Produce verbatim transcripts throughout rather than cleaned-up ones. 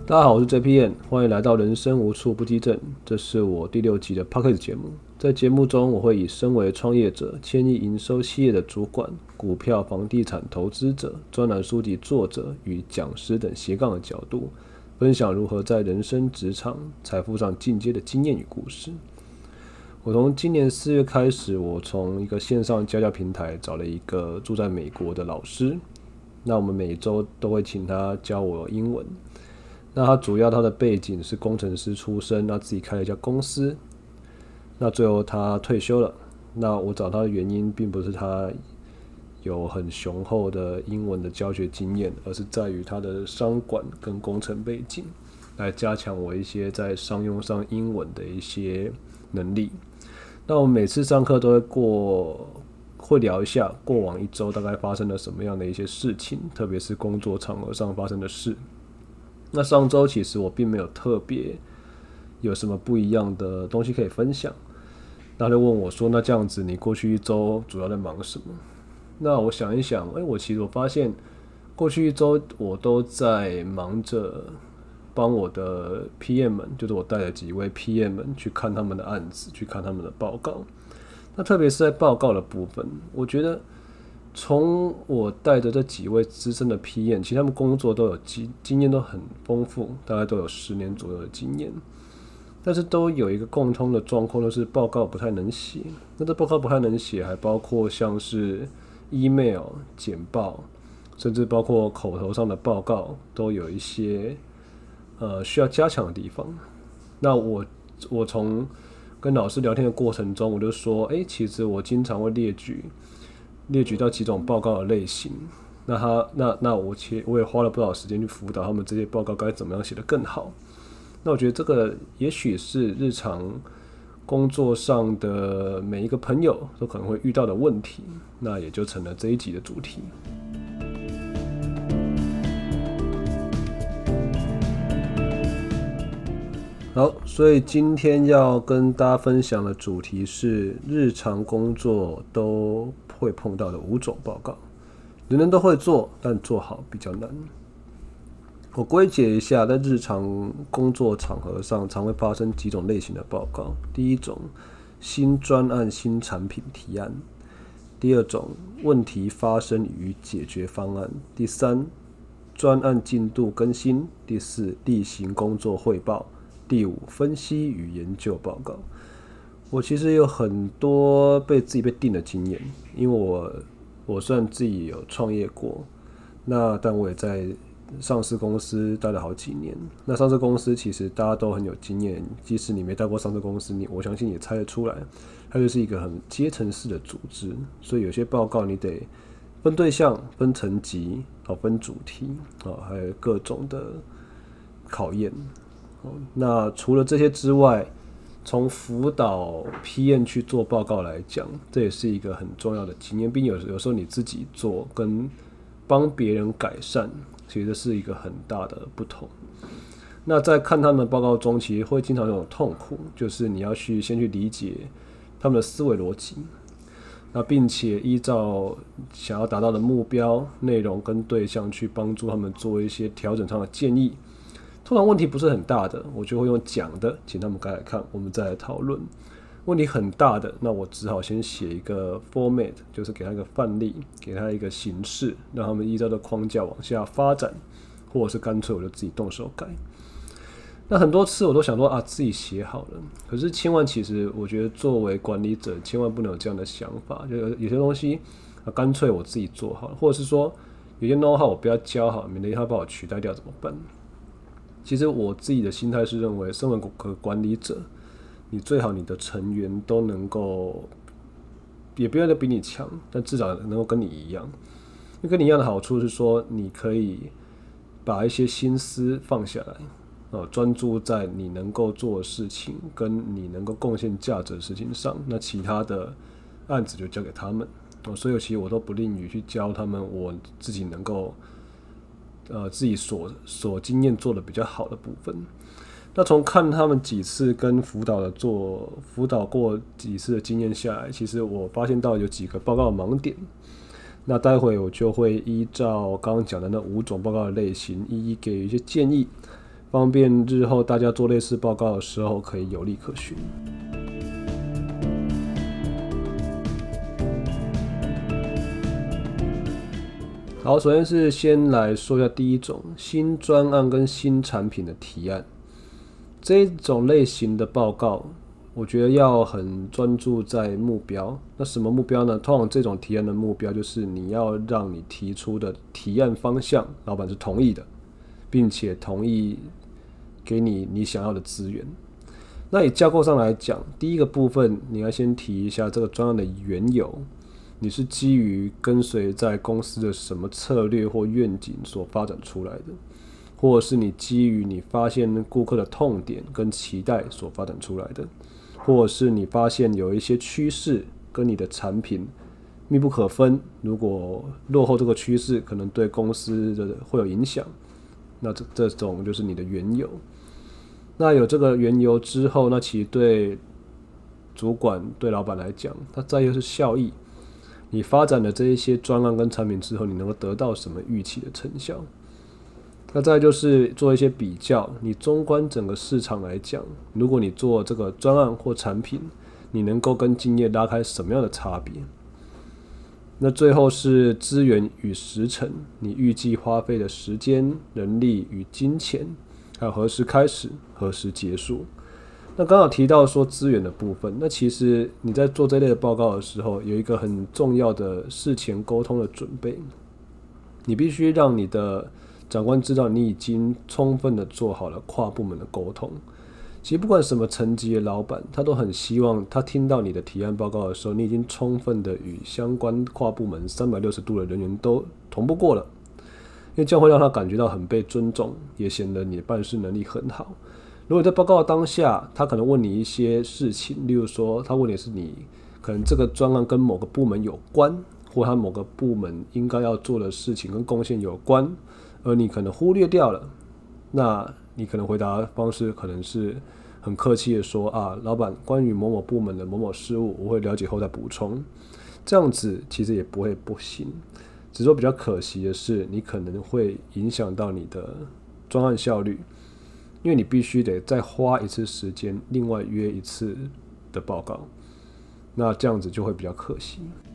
大家好，我是 J P N， 欢迎来到人生无处不击阵。这是我第六集的 Podcast 节目。在节目中，我会以身为创业者、千亿营收企业的主管、股票、房地产投资者、专栏书籍作者与讲师等斜杠的角度，分享如何在人生、职场、财富上进阶的经验与故事。我从今年四月开始，我从一个线上家教平台找了一个住在美国的老师，那我们每周都会请他教我英文。那他主要他的背景是工程师出身，那自己开了一家公司。那最后他退休了。那我找他的原因，并不是他有很雄厚的英文的教学经验，而是在于他的商管跟工程背景，来加强我一些在商用上英文的一些能力。那我们每次上课都会过会聊一下过往一周大概发生了什么样的一些事情，特别是工作场合上发生的事。那上周其实我并没有特别有什么不一样的东西可以分享，那他就问我说：“那这样子，你过去一周主要在忙什么？”那我想一想，哎，我其实我发现过去一周我都在忙着帮我的 P M 们，就是我带了几位 P M 们去看他们的案子，去看他们的报告。那特别是在报告的部分，我觉得。从我带着这几位资深的 P M， 其实他们工作都有经验都很丰富，大概都有十年左右的经验，但是都有一个共通的状况，就是报告不太能写。那这报告不太能写，还包括像是 email、简报，甚至包括口头上的报告，都有一些呃需要加强的地方。那我我从跟老师聊天的过程中，我就说，哎，其实我经常会列举。列举到几种报告的类型，那他那那我其我也花了不少时间去辅导他们这些报告该怎么样写得更好。那我觉得这个也许是日常工作上的每一个朋友都可能会遇到的问题，那也就成了这一集的主题。好，所以今天要跟大家分享的主题是日常工作都会碰到的五种报告，人人都会做，但做好比较难。我归结一下，在日常工作场合上，常会发生几种类型的报告。第一种，新专案、新产品提案；第二种，问题发生与解决方案；第三，专案进度更新；第四，例行工作汇报；第五，分析与研究报告。我其实有很多被自己被定的经验，因为我我虽然自己有创业过，那但我也在上市公司待了好几年。那上市公司其实大家都很有经验，即使你没待过上市公司，你我相信也猜得出来，它就是一个很阶层式的组织。所以有些报告你得分对象、分层级、分主题，还有各种的考验。那除了这些之外，从辅导 P M 去做报告来讲，这也是一个很重要的经验，并有有时候你自己做跟帮别人改善，其实是一个很大的不同。那在看他们的报告中，其实会经常有种痛苦，就是你要去先去理解他们的思维逻辑，那并且依照想要达到的目标、内容跟对象去帮助他们做一些调整上的建议。通常问题不是很大的，我就会用讲的，请他们改改看，我们再来讨论。问题很大的，那我只好先写一个 format， 就是给他一个范例，给他一个形式，让他们依照这框架往下发展，或者是干脆我就自己动手改。那很多次我都想说啊，自己写好了，可是千万其实我觉得作为管理者，千万不能有这样的想法，就有些东西啊，干脆我自己做好了，或者是说有些 know how 我不要教好，免得他把我取代掉怎么办？其实我自己的心态是认为，身为个管理者，你最好你的成员都能够，也不要比你强，但至少能够跟你一样。因为跟你一样的好处是说，你可以把一些心思放下来，哦，专注在你能够做的事情，跟你能够贡献价值的事情上。那其他的案子就交给他们。哦，所以其实我都不吝于去教他们，我自己能够。呃，自己所所经验做的比较好的部分。那从看他们几次跟辅导的做辅导过几次的经验下来，其实我发现到有几个报告的盲点。那待会我就会依照刚刚讲的那五种报告的类型，一一给予一些建议， 方便日后大家做类似报告的时候可以有例可循。好，首先是先来说一下第一种新专案跟新产品的提案。这种类型的报告，我觉得要很专注在目标。那什么目标呢？通常这种提案的目标就是你要让你提出的提案方向，老板是同意的，并且同意给你你想要的资源。那以架构上来讲，第一个部分你要先提一下这个专案的缘由。你是基于跟随在公司的什么策略或愿景所发展出来的，或者是你基于你发现顾客的痛点跟期待所发展出来的，或者是你发现有一些趋势跟你的产品密不可分，如果落后这个趋势可能对公司的会有影响，那 这, 这种就是你的缘由。那有这个缘由之后，那其实对主管对老板来讲，他在意的是效益。你发展了这一些专案跟产品之后，你能够得到什么预期的成效？那再来就是做一些比较，你纵观整个市场来讲，如果你做这个专案或产品，你能够跟竞业拉开什么样的差别？那最后是资源与时程，你预计花费的时间、人力与金钱，还有何时开始、何时结束。那刚好提到说资源的部分，那其实你在做这类的报告的时候，有一个很重要的事前沟通的准备，你必须让你的长官知道你已经充分的做好了跨部门的沟通。其实不管什么层级的老板，他都很希望他听到你的提案报告的时候，你已经充分的与相关跨部门三百六十度的人员都同步过了，因为这样会让他感觉到很被尊重，也显得你的办事能力很好。如果在报告的当下，他可能问你一些事情，例如说，他问你是你可能这个专案跟某个部门有关，或他某个部门应该要做的事情跟贡献有关，而你可能忽略掉了，那你可能回答方式可能是很客气的说啊，老板，关于某某部门的某某事务，我会了解后再补充。这样子其实也不会不行，只是说比较可惜的是，你可能会影响到你的专案效率。因为你必须得再花一次时间，另外约一次的报告，那这样子就会比较可惜。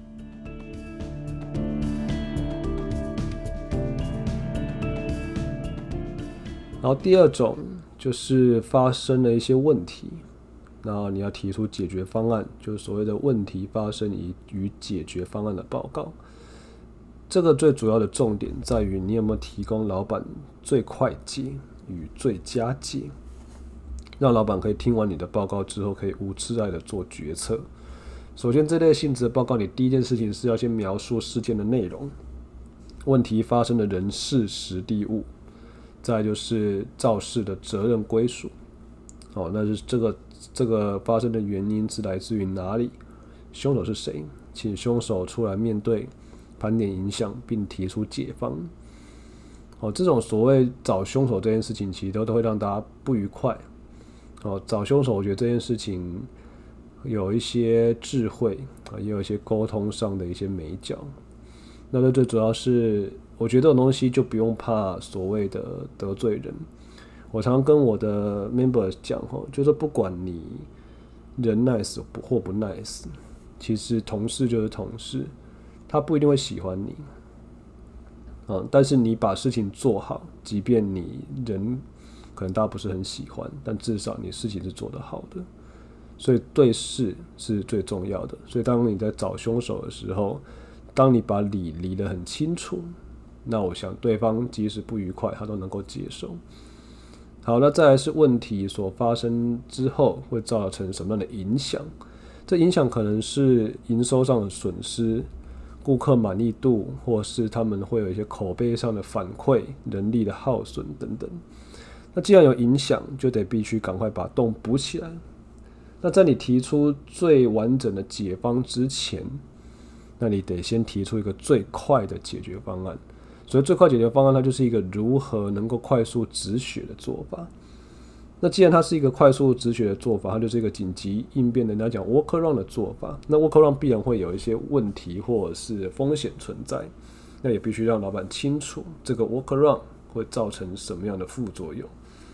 然后第二种就是发生了一些问题，那你要提出解决方案，就是所谓的问题发生与解决方案的报告。这个最主要的重点在于你有没有提供老板最快解与最佳解，让老板可以听完你的报告之后，可以无障碍的做决策。首先，这类性质的报告，你第一件事情是要先描述事件的内容，问题发生的人事时地物，再来就是肇事的责任归属。哦，那就是这个这个发生的原因是来自于哪里，凶手是谁，请凶手出来面对，盘点影响，并提出解方。哦，这种所谓找凶手这件事情，其实都会让大家不愉快。哦，找凶手，我觉得这件事情有一些智慧，也有一些沟通上的一些美角。那最主要是，我觉得这种东西就不用怕所谓的得罪人。我常常跟我的 member 讲，就是不管你人 nice 或不 nice， 其实同事就是同事，他不一定会喜欢你。嗯，但是你把事情做好，即便你人可能大家不是很喜欢，但至少你事情是做得好的，所以对事是最重要的。所以当你在找凶手的时候，当你把理理得很清楚，那我想对方即使不愉快，他都能够接受。好，那再来是问题所发生之后会造成什么样的影响？这影响可能是营收上的损失，顾客满意度，或是他们会有一些口碑上的反馈，人力的耗损等等。那既然有影响，就得必须赶快把洞补起来。那在你提出最完整的解方之前，那你得先提出一个最快的解决方案。所以最快解决方案，它就是一个如何能够快速止血的做法。那既然它是一个快速止血的做法，它就是一个紧急应变的，人家讲 workaround 的做法。那 workaround 必然会有一些问题或者是风险存在，那也必须让老板清楚这个 workaround 会造成什么样的副作用。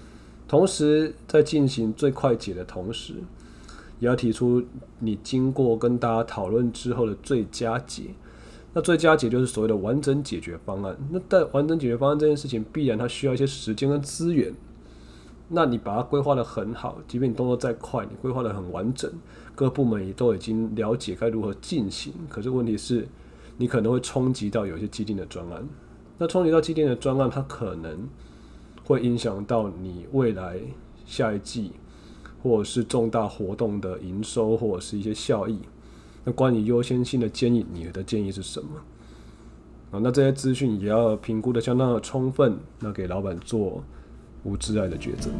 同时在进行最快解的同时，也要提出你经过跟大家讨论之后的最佳解。那最佳解就是所谓的完整解决方案。那在完整解决方案这件事情，必然它需要一些时间跟资源。那你把它规划得很好，即便你动作再快，你规划得很完整，各部门也都已经了解该如何进行。可是问题是，你可能会冲击到有一些既定的专案。那冲击到既定的专案，它可能会影响到你未来下一季或者是重大活动的营收或者是一些效益。那关于优先性的建议，你的建议是什么？啊，那这些资讯也要评估的相当的充分，那给老板做无挚爱的抉择。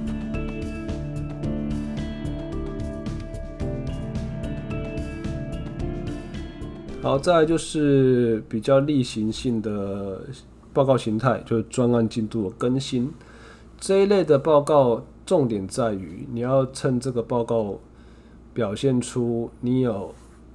好，再来就是比较例行性的报告形态，就是专案进度的更新。这一类的报告重点在于，你要趁这个报告表现出你有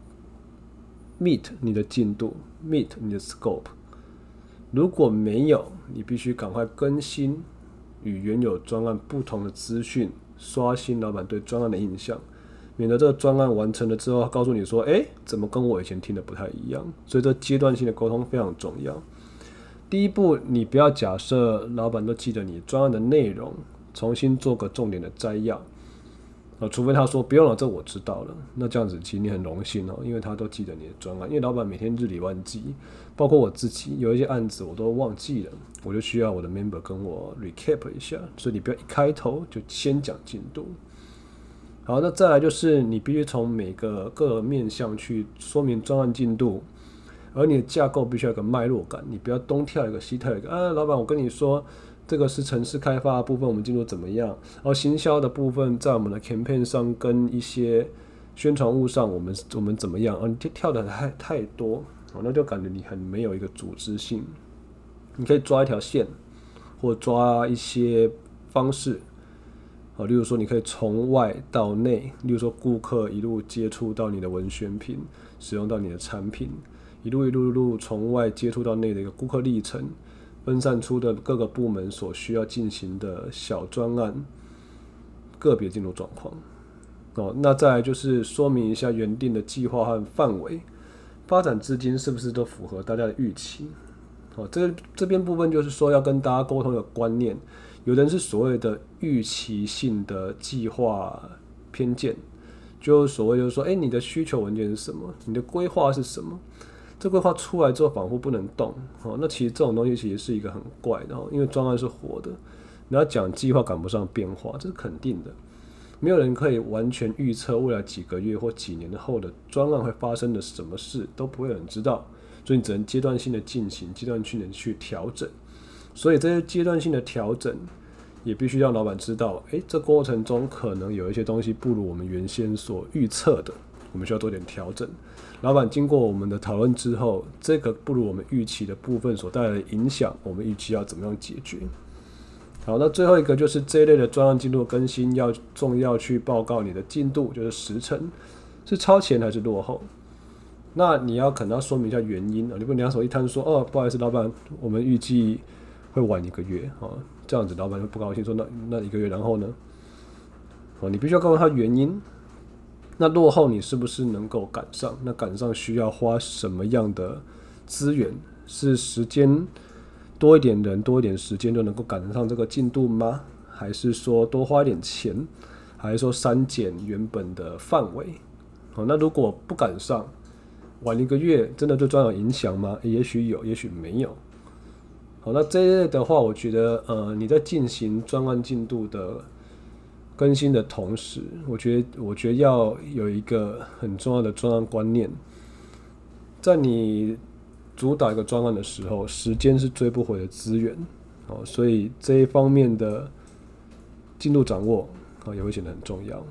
meet 你的进度 ，meet 你的 scope。如果没有，你必须赶快更新与原有专案不同的资讯，刷新老板对专案的印象，免得这个专案完成了之后，告诉你说，哎，怎么跟我以前听的不太一样？所以这阶段性的沟通非常重要。第一步，你不要假设老板都记得你专案的内容，重新做个重点的摘要。哦、除非他说不用了，这我知道了，那这样子其实你很荣幸哦，因为他都记得你的专案。因为老板每天日理万机，包括我自己有一些案子我都忘记了，我就需要我的 member 跟我 recap 一下，所以你不要一开头就先讲进度。好，那再来就是你必须从每个各个面向去说明专案进度，而你的架构必须要有个脉络感，你不要东跳一个西跳一个。啊，老板，我跟你说。这个是城市开发的部分，我们进度怎么样？然后行销的部分，在我们的 campaign 上跟一些宣传物上，我们我们怎么样？啊，你跳的太太多，哦，那就感觉你很没有一个组织性。你可以抓一条线，或抓一些方式，哦，例如说你可以从外到内，例如说顾客一路接触到你的文宣品，使用到你的产品，一路一路一路从外接触到内的一个顾客历程。分散出的各个部门所需要进行的小专案，个别进入状况。哦，那再来就是说明一下原定的计划和范围，发展资金是不是都符合大家的预期？哦，这这边部分就是说要跟大家沟通一个观念，有人是所谓的预期性的计划偏见，就所谓就是说，哎，你的需求文件是什么？你的规划是什么？这规划出来之后仿佛不能动，哦，那其实这种东西其实是一个很怪的，因为专案是活的，你要讲计划赶不上变化，这是肯定的。没有人可以完全预测未来几个月或几年后的专案会发生的什么事，都不会有人知道，所以你只能阶段性的进行，阶段性的去调整。所以这些阶段性的调整，也必须让老板知道，哎，这过程中可能有一些东西不如我们原先所预测的，我们需要多点调整。老板经过我们的讨论之后，这个不如我们预期的部分所带来的影响，我们预期要怎么样解决？好，那最后一个就是这一类的专案进度更新，要重要去报告你的进度，就是时程是超前还是落后。那你要可能要说明一下原因，你不能两手一摊说，哦，不好意思，老板，我们预计会晚一个月，哦，这样子老板会不高兴，说那那一个月然后呢？哦，你必须要告诉他原因。那落后你是不是能够赶上？那赶上需要花什么样的资源？是时间多一点人多一点时间就能够赶得上这个进度吗？还是说多花一点钱？还是说删减原本的范围？好，那如果不赶上，晚一个月真的对专案有影响吗？也许有，也许没有。好，那这一类的话，我觉得呃你在进行专案进度的更新的同时，我觉得我觉得要有一个很重要的专案观念，在你主导一个专案的时候，时间是追不回的资源，哦，所以这一方面的进度掌握，哦，也会显得很重要。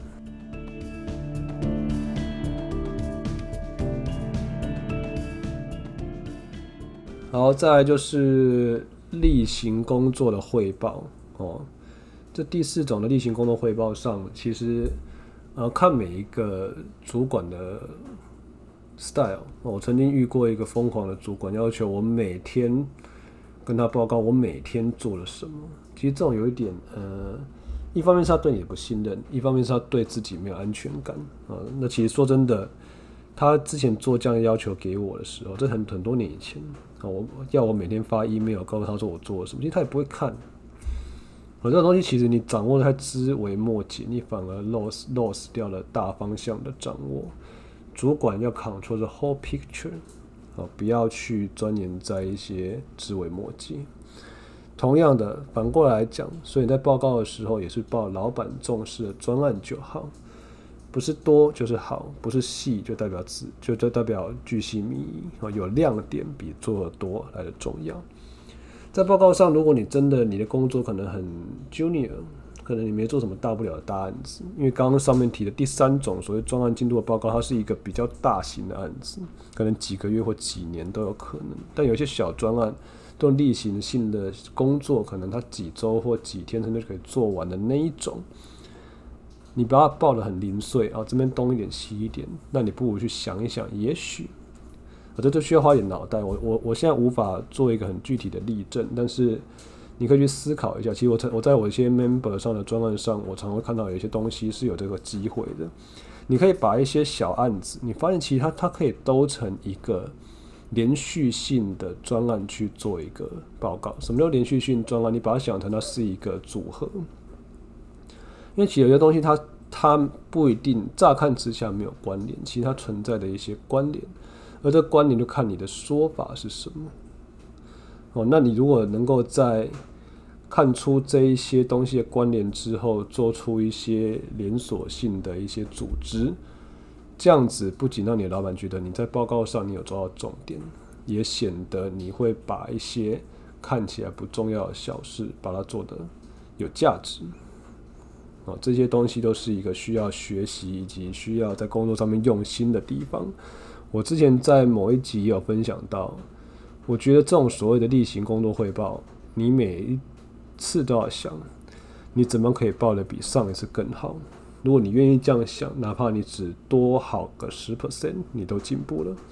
好，再来就是例行工作的汇报，哦。这第四种的例行工作汇报上，其实呃看每一个主管的 style，哦，我曾经遇过一个疯狂的主管，要求我每天跟他报告我每天做了什么。其实这种有一点呃一方面是他对你不信任，一方面是他对自己没有安全感啊。那其实说真的，他之前做这样的要求给我的时候，这很很多年以前啊，我要我每天发 email 告诉他说我做了什么，其实他也不会看。我这种东西其实你掌握的太枝微末节，你反而 loss loss 掉了大方向的掌握。主管要 control the whole picture， 啊，不要去钻研在一些枝微末节。同样的，反过来讲，所以你在报告的时候也是报老板重视的专案就好，不是多就是好，不是细就代表字就就代表巨细靡遗，有亮点比做的多来的重要。在报告上，如果你真的你的工作可能很 junior， 可能你没做什么大不了的大案子，因为刚刚上面提的第三种所谓专案进度的报告，它是一个比较大型的案子，可能几个月或几年都有可能。但有些小专案，这种例行性的工作，可能它几周或几天甚至就可以做完的那一种，你把它报得很零碎啊，这边东一点西一点，那你不如去想一想，也许。这就需要花一点脑袋，我我我现在无法做一个很具体的例证，但是你可以去思考一下。其实我在我在我一些 member 上的专案上，我常会看到有一些东西是有这个机会的。你可以把一些小案子，你发现其实它它可以兜成一个连续性的专案去做一个报告。什么叫连续性专案？你把它想成它是一个组合，因为其实有些东西它它不一定乍看之下没有关联，其实它存在的一些关联。而这关联就看你的说法是什么。哦，那你如果能够在看出这一些东西的关联之后，做出一些连锁性的一些组织，这样子不仅让你的老板觉得你在报告上你有抓到重点，也显得你会把一些看起来不重要的小事，把它做得有价值。哦，这些东西都是一个需要学习以及需要在工作上面用心的地方。我之前在某一集也有分享到，我觉得这种所谓的例行工作汇报，你每一次都要想，你怎么可以报得比上一次更好。如果你愿意这样想，哪怕你只多好个 百分之十， 你都进步了。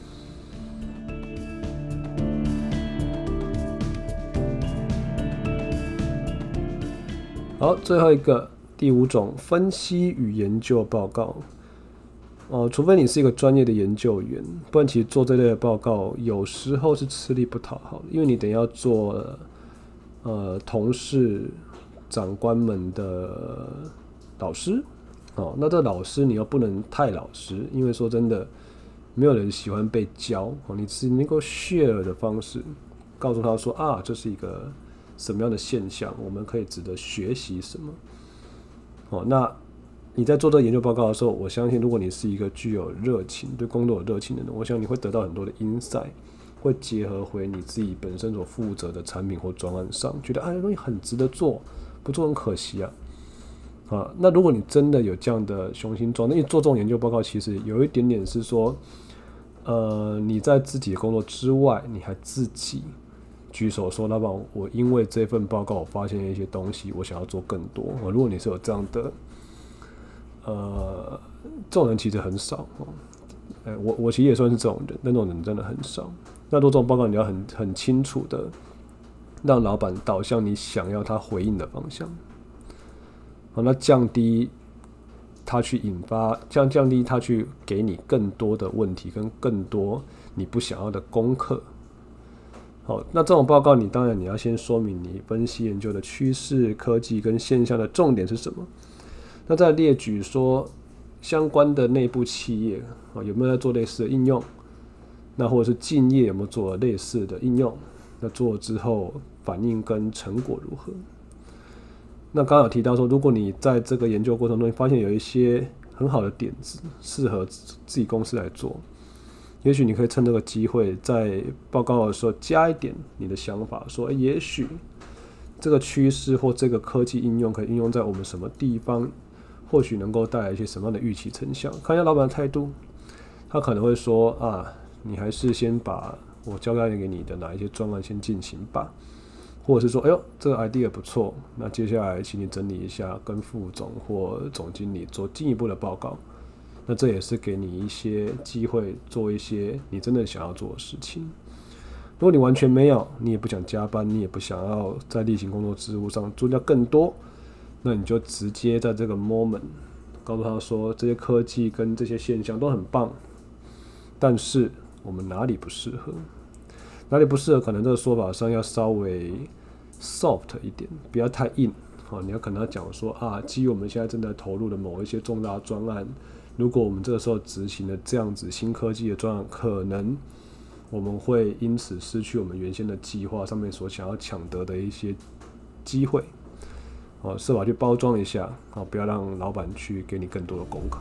好，最后一个第五种，分析与研究报告。哦，除非你是一个专业的研究员，不然其实做这类的报告有时候是吃力不讨好的，因为你等要做呃同事、长官们的老师哦，那这老师你又不能太老实，因为说真的，没有人喜欢被教哦，你是能够 share 的方式告诉他说啊，这是一个什么样的现象，我们可以值得学习什么哦，那。你在做这个研究报告的时候，我相信如果你是一个具有热情、对工作有热情的人，我想你会得到很多的 insight， 会结合回你自己本身所负责的产品或专案上，觉得啊，这东西很值得做，不做很可惜啊。啊，那如果你真的有这样的雄心壮志，因为做这种研究报告，其实有一点点是说，呃，你在自己的工作之外，你还自己举手说，老板，我因为这份报告，我发现了一些东西，我想要做更多。啊，如果你是有这样的。呃，这种人其实很少哦。哎，我我其实也算是这种人，但这种人真的很少。那做这种报告，你要很很清楚的让老板导向你想要他回应的方向。好，那降低他去引发，降降低他去给你更多的问题跟更多你不想要的功课。好，那这种报告，你当然你要先说明你分析研究的趋势、科技跟现象的重点是什么。那再列举说相关的内部企业有没有在做类似的应用，那或者是竞业有没有做类似的应用，那做了之后反应跟成果如何。那刚刚有提到说，如果你在这个研究过程中发现有一些很好的点子适合自己公司来做，也许你可以趁这个机会在报告的时候加一点你的想法，说也许这个趋势或这个科技应用可以应用在我们什么地方，或许能够带来一些什么样的预期成效。看一下老板的态度，他可能会说啊，你还是先把我交代给你的哪一些专案先进行吧，或者是说，哎呦，这个 idea 不错，那接下来请你整理一下，跟副总或总经理做进一步的报告。那这也是给你一些机会做一些你真的想要做的事情。如果你完全没有，你也不想加班，你也不想要在例行工作职务上做掉更多， 那你就直接在这个 moment 告诉他说，这些科技跟这些现象都很棒，但是我们哪里不适合？哪里不适合？可能这个说法上要稍微 soft 一点，不要太硬。好，你要可能要讲说啊，基于我们现在正在投入的某一些重大专案，如果我们这个时候执行了这样子新科技的专案，可能我们会因此失去我们原先的计划上面所想要抢得的一些机会。好，设法去包装一下，好，不要让老板去给你更多的功课。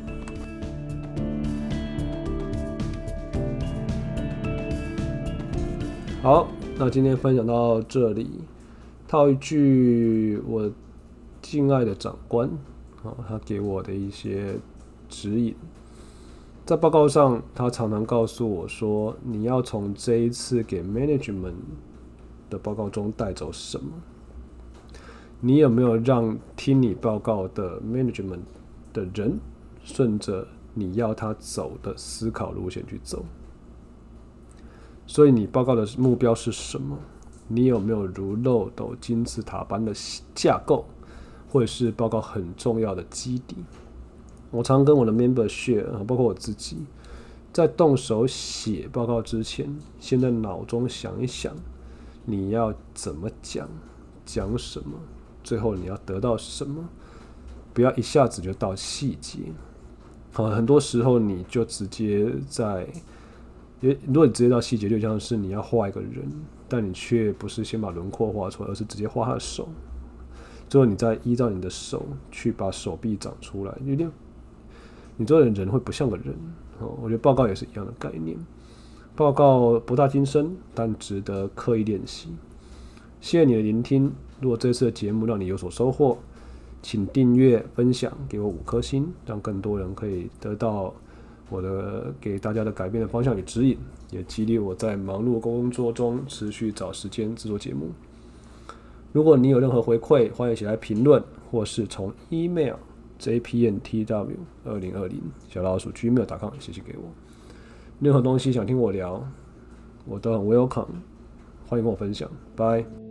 好，那今天分享到这里。套一句我敬爱的长官，他给我的一些指引，在报告上，他常常告诉我说，你要从这一次给 management 的报告中带走什么？你有没有让听你报告的 management 的人顺着你要他走的思考路线去走？所以你报告的目标是什么？你有没有如漏斗金字塔般的架构，会是报告很重要的基底？我常跟我的 member share， 包括我自己，在动手写报告之前，先在脑中想一想，你要怎么讲，讲什么，最后你要得到什么，不要一下子就到细节。好，很多时候你就直接在，如果你直接到细节，就像是你要画一个人，但你却不是先把轮廓画出来，而是直接画他的手，最后你再依照你的手去把手臂长出来，有点，你这个人会不像个人。我觉得报告也是一样的概念，报告不大精深，但值得刻意练习。谢谢你的聆听，如果这次的节目让你有所收获，请订阅、分享，给我五颗星，让更多人可以得到我的给大家的改变的方向与指引，也激励我在忙碌工作中持续找时间制作节目。如果你有任何回馈，欢迎写来评论，或是从 email j p n t w 二零二零 小老鼠 gmail 点 com 写信给我。任何东西想听我聊，我都很 welcome，欢迎跟我分享。拜。